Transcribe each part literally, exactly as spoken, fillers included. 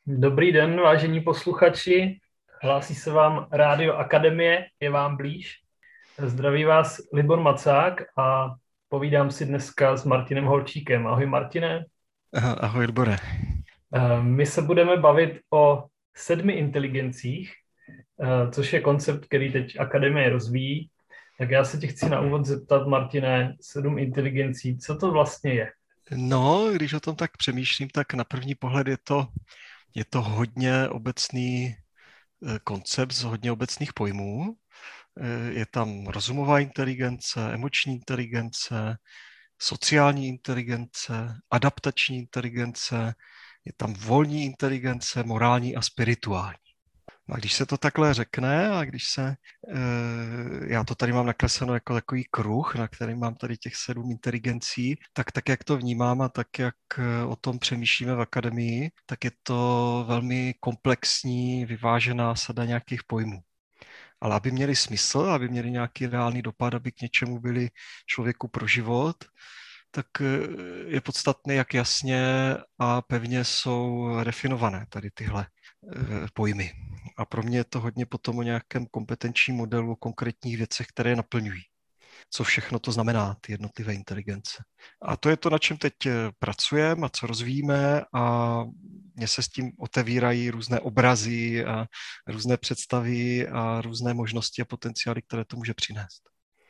Dobrý den, vážení posluchači. Hlásí se vám Rádio Akademie, je vám blíž. Zdraví vás Libor Macák a povídám si dneska s Martinem Holčíkem. Ahoj Martine. Aha, ahoj, Libore. Eh, My se budeme bavit o sedmi inteligencích, eh, což je koncept, který teď Akademie rozvíjí. Tak já se tě chci na úvod zeptat, Martine, sedm inteligencí, co to vlastně je? No, když o tom tak přemýšlím, tak na první pohled je to, je to hodně obecný eh, koncept z hodně obecných pojmů. Eh, Je tam rozumová inteligence, emoční inteligence, sociální inteligence, adaptační inteligence, je tam volní inteligence, morální a spirituální. No a když se to takhle řekne a když se, eh, já to tady mám nakresleno jako takový kruh, na který mám tady těch sedm inteligencí, tak tak, jak to vnímám a tak, jak eh, o tom přemýšlíme v akademii, tak je to velmi komplexní, vyvážená sada nějakých pojmů. Ale aby měli smysl, aby měli nějaký reálný dopad, aby k něčemu byli člověku pro život, tak eh, je podstatné, jak jasně a pevně jsou definované tady tyhle eh, pojmy. A pro mě je to hodně potom o nějakém kompetenčním modelu, o konkrétních věcech, které je naplňují. Co všechno to znamená, ty jednotlivé inteligence. A to je to, na čem teď eh, pracujeme a co rozvíjíme a mně se s tím otevírají různé obrazy a různé představy a různé možnosti a potenciály, které to může přinést.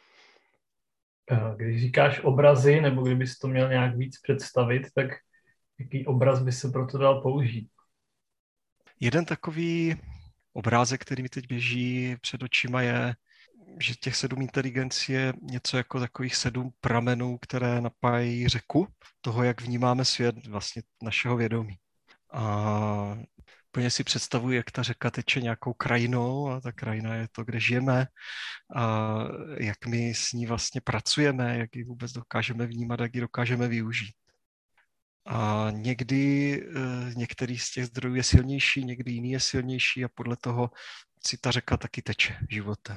Eh, Když říkáš obrazy, nebo kdybys to měl nějak víc představit, tak jaký obraz by se pro to dal použít? Jeden takový obrázek, který mi teď běží před očima, je, že těch sedm inteligencí je něco jako takových sedm pramenů, které napájí řeku toho, jak vnímáme svět, vlastně našeho vědomí. A úplně si představuji, jak ta řeka teče nějakou krajinou a ta krajina je to, kde žijeme a jak my s ní vlastně pracujeme, jak ji vůbec dokážeme vnímat, jak ji dokážeme využít. A někdy eh, některý z těch zdrojů je silnější, někdy jiný je silnější a podle toho si ta řeka taky teče životem.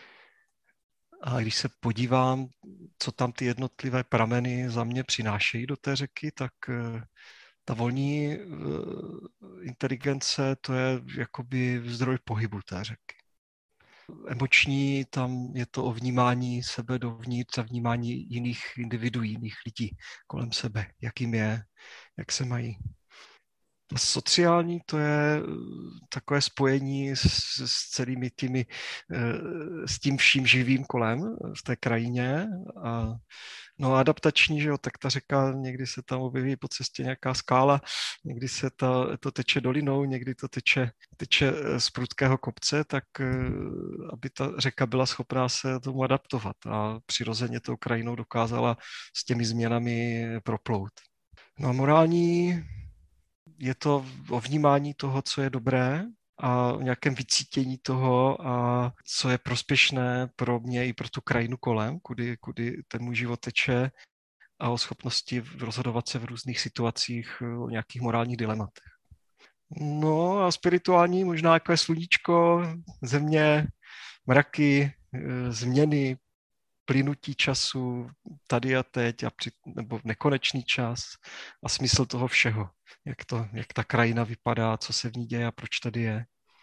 A když se podívám, co tam ty jednotlivé prameny za mě přinášejí do té řeky, tak eh, ta volní eh, inteligence, to je jakoby zdroj pohybu té řeky. Emoční, tam je to o vnímání sebe dovnitř a vnímání jiných individuí, jiných lidí kolem sebe, jak jim je, jak se mají. A sociální to je eh, takové spojení s, s celými těmi, eh, s tím vším živým kolem v té krajině. A, no a adaptační, že jo, tak ta řeka, někdy se tam objeví po cestě nějaká skála, někdy se ta, to teče dolinou, někdy to teče, teče eh, z prudkého kopce, tak eh, aby ta řeka byla schopná se tomu adaptovat a přirozeně tou krajinou dokázala s těmi změnami proplout. No a morální je to o vnímání toho, co je dobré a o nějakém vycítění toho, a co je prospěšné pro mě i pro tu krajinu kolem, kudy, kudy ten můj život teče a o schopnosti rozhodovat se v různých situacích o nějakých morálních dilematech. No a spirituální možná jako je sluníčko, země, mraky, e, změny, plynutí času tady a teď a při, nebo nekonečný čas a smysl toho všeho. Jak, to, jak ta krajina vypadá, co se v ní děje a proč tady je.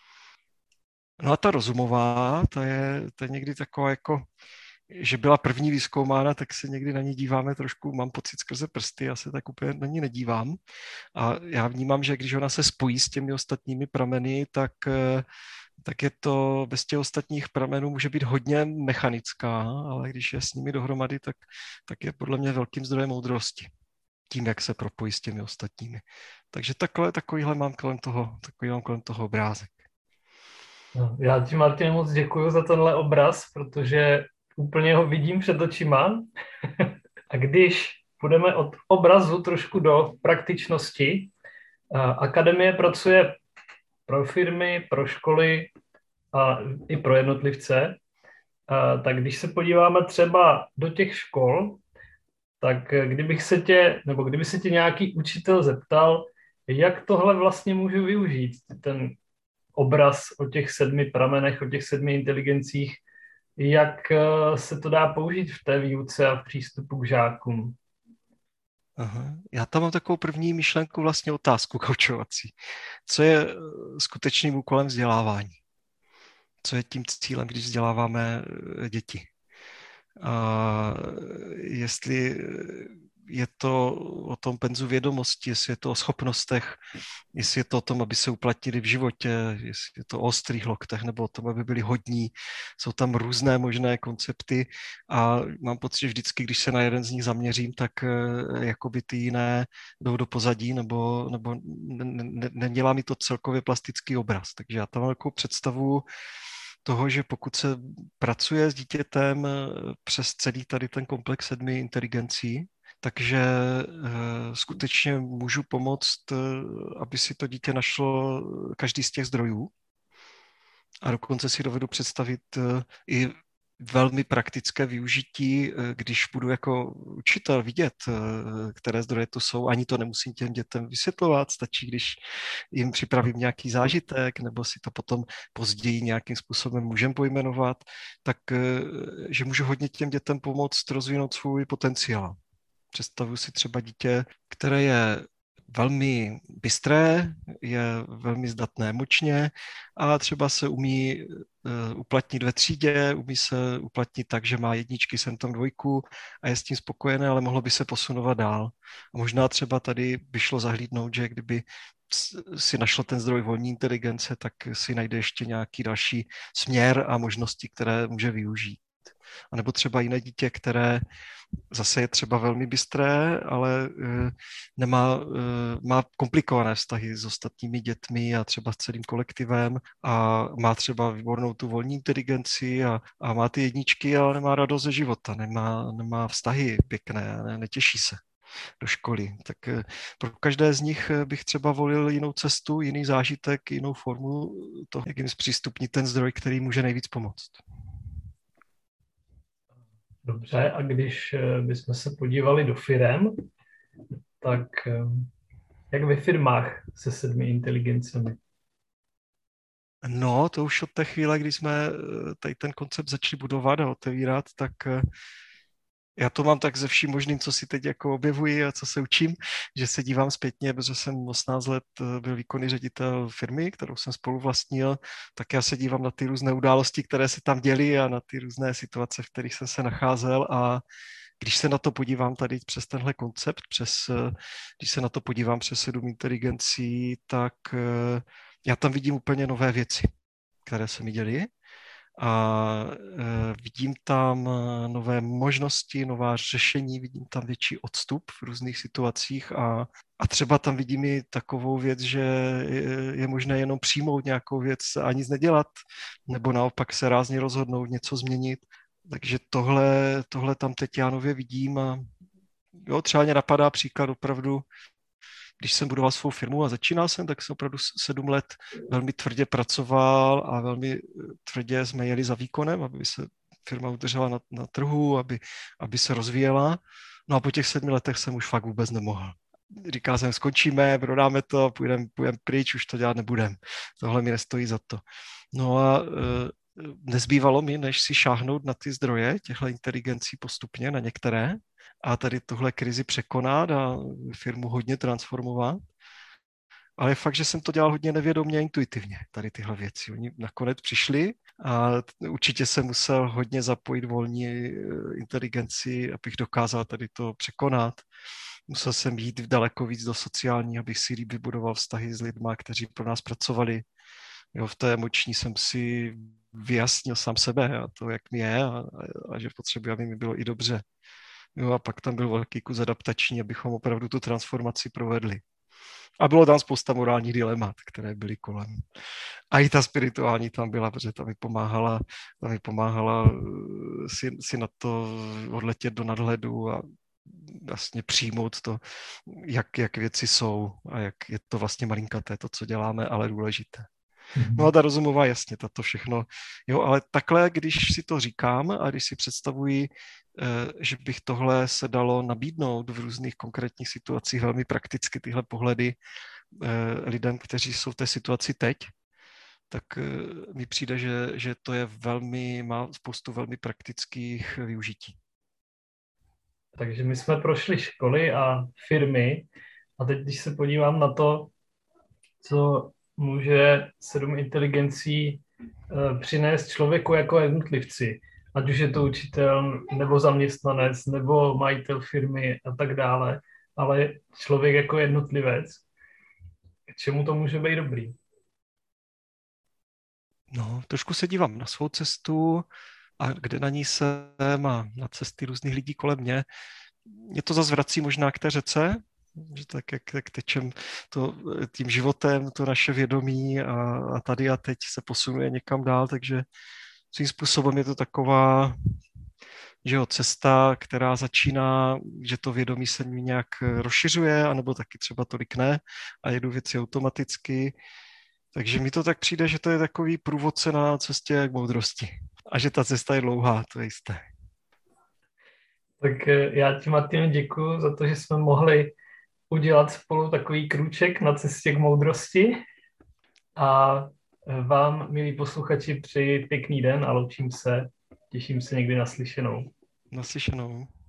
No a ta rozumová, ta je, ta je někdy taková jako, že byla první vyzkoumána, tak se někdy na ní díváme trošku, mám pocit skrze prsty, já se tak úplně na ní nedívám. A já vnímám, že když ona se spojí s těmi ostatními prameny, tak tak je to bez těch ostatních pramenů může být hodně mechanická, ale když je s nimi dohromady, tak, tak je podle mě velkým zdrojem moudrosti. Tím, jak se propojí s těmi ostatními. Takže takhle, takovýhle mám kolem toho, takový mám kolem toho obrázek. No, já ti, Martine, moc děkuji za tenhle obraz, protože úplně ho vidím před očima. A když půjdeme od obrazu trošku do praktičnosti, Akademie pracuje pro firmy, pro školy a i pro jednotlivce. A tak když se podíváme třeba do těch škol, tak kdybych se tě, nebo kdyby se tě nějaký učitel zeptal, jak tohle vlastně můžu využít, ten obraz o těch sedmi pramenech, o těch sedmi inteligencích, jak eh, se to dá použít v té výuce a v přístupu k žákům. Aha. Já tam mám takovou první myšlenku, vlastně otázku koučovací. Co je eh, skutečným úkolem vzdělávání? Co je tím cílem, když vzděláváme eh, děti? A jestli je to o tom penzu vědomosti, jestli je to o schopnostech, jestli je to o tom, aby se uplatnili v životě, jestli je to o ostrých loktech, nebo o tom, aby byli hodní. Jsou tam různé možné koncepty a mám pocit, že vždycky, když se na jeden z nich zaměřím, tak eh, jakoby ty jiné jdou do pozadí, nebo, nebo ne, ne, nedělá mi to celkově plastický obraz. Takže já tam mám takovou představu toho, že pokud se pracuje s dítětem přes celý tady ten komplex sedmi inteligencí, takže skutečně můžu pomoct, aby si to dítě našlo každý z těch zdrojů. A dokonce si dovedu představit i velmi praktické využití, když budu jako učitel vidět, které zdroje to jsou. Ani to nemusím těm dětem vysvětlovat, stačí, když jim připravím nějaký zážitek, nebo si to potom později nějakým způsobem můžem pojmenovat, tak že můžu hodně těm dětem pomoct rozvinout svůj potenciál. Představuji si třeba dítě, které je velmi bystré, je velmi zdatné emočně a třeba se umí uplatnit ve třídě, umí se uplatnit tak, že má jedničky, sem tam dvojku a je s tím spokojené, ale mohlo by se posunovat dál. A možná třeba tady by šlo zahlídnout, že kdyby si našlo ten zdroj volní inteligence, tak si najde ještě nějaký další směr a možnosti, které může využít. A nebo třeba jiné dítě, které zase je třeba velmi bystré, ale uh, nemá, uh, má komplikované vztahy s ostatními dětmi a třeba s celým kolektivem a má třeba výbornou tu volní inteligenci a, a má ty jedničky, ale nemá radost ze života, nemá, nemá vztahy pěkné, ne, netěší se do školy. Tak uh, pro každé z nich bych třeba volil jinou cestu, jiný zážitek, jinou formu toho, jak jim zpřístupnit ten zdroj, který může nejvíc pomoct. Dobře, a když bychom se podívali do firem, tak jak ve firmách se sedmi inteligencemi? No, to už od té chvíle, kdy jsme tady ten koncept začali budovat a otevírat, tak já to mám tak ze vším možným, co si teď jako objevuji a co se učím, že se dívám zpětně, protože jsem osmnáct let byl výkonný ředitel firmy, kterou jsem spolu vlastnil, tak já se dívám na ty různé události, které se tam děly a na ty různé situace, v kterých jsem se nacházel a když se na to podívám tady přes tenhle koncept, přes, když se na to podívám přes sedm inteligencí, tak já tam vidím úplně nové věci, které se mi děly a vidím tam nové možnosti, nová řešení, vidím tam větší odstup v různých situacích a, a třeba tam vidím i takovou věc, že je, je možné jenom přijmout nějakou věc a nic nedělat, nebo naopak se rázně rozhodnout něco změnit. Takže tohle, tohle tam teď já nově vidím a jo, třeba mě napadá příklad opravdu, když jsem budoval svou firmu a začínal jsem, tak jsem opravdu sedm let velmi tvrdě pracoval a velmi tvrdě jsme jeli za výkonem, aby se firma udržela na, na trhu, aby, aby se rozvíjela. No a po těch sedmi letech jsem už fakt vůbec nemohl. Říkal jsem, skončíme, prodáme to, půjdeme půjdem pryč, už to dělat nebudem. Tohle mi nestojí za to. No a nezbývalo mi, než si šáhnout na ty zdroje těchto inteligencí postupně, na některé, a tady tuhle krizi překonat a firmu hodně transformovat. Ale je fakt, že jsem to dělal hodně nevědomě a intuitivně, tady tyhle věci. Oni nakonec přišli a určitě jsem musel hodně zapojit volní inteligenci, abych dokázal tady to překonat. Musel jsem jít daleko víc do sociální, abych si líp vybudoval vztahy s lidma, kteří pro nás pracovali. Jo, v té emoční jsem si vyjasnil sám sebe a to, jak mi je a, a, a že potřebuji, aby mi bylo i dobře. Jo, a pak tam byl velký kus adaptační, abychom opravdu tu transformaci provedli. A bylo tam spousta morálních dilemat, které byly kolem. A i ta spirituální tam byla, protože ta mi pomáhala, ta mi pomáhala si, si na to odletět do nadhledu a vlastně přijmout to, jak, jak věci jsou a jak je to vlastně malinkaté, to, co děláme, ale důležité. No a ta rozumová, jasně, to všechno. Jo, ale takhle, když si to říkám a když si představuji, že bych tohle se dalo nabídnout v různých konkrétních situacích, velmi prakticky tyhle pohledy lidem, kteří jsou v té situaci teď, tak mi přijde, že, že to je velmi, má spoustu velmi praktických využití. Takže my jsme prošli školy a firmy a teď, když se podívám na to, co může sedm inteligencí eh, přinést člověku jako jednotlivci, ať už je to učitel, nebo zaměstnanec, nebo majitel firmy a tak dále, ale člověk jako jednotlivec, k čemu to může být dobrý? No, trošku se dívám na svou cestu a kde na ní jsem a na cesty různých lidí kolem mě. Mě to zase vrací možná k té řece, že tak, jak, jak tečem to, tím životem, to naše vědomí a, a tady a teď se posunuje někam dál, takže svým způsobem je to taková, že jo, cesta, která začíná, že to vědomí se mi nějak rozšiřuje, anebo taky třeba tolik ne a jedu věci automaticky. Takže mi to tak přijde, že to je takový průvodce na cestě k moudrosti. A že ta cesta je dlouhá, to je jisté. Tak eh, já ti, Martine, děkuji za to, že jsme mohli udělat spolu takový krůček na cestě k moudrosti. A vám, milí posluchači, přeji pěkný den a loučím se. Těším se někdy na slyšenou. Naslyšenou.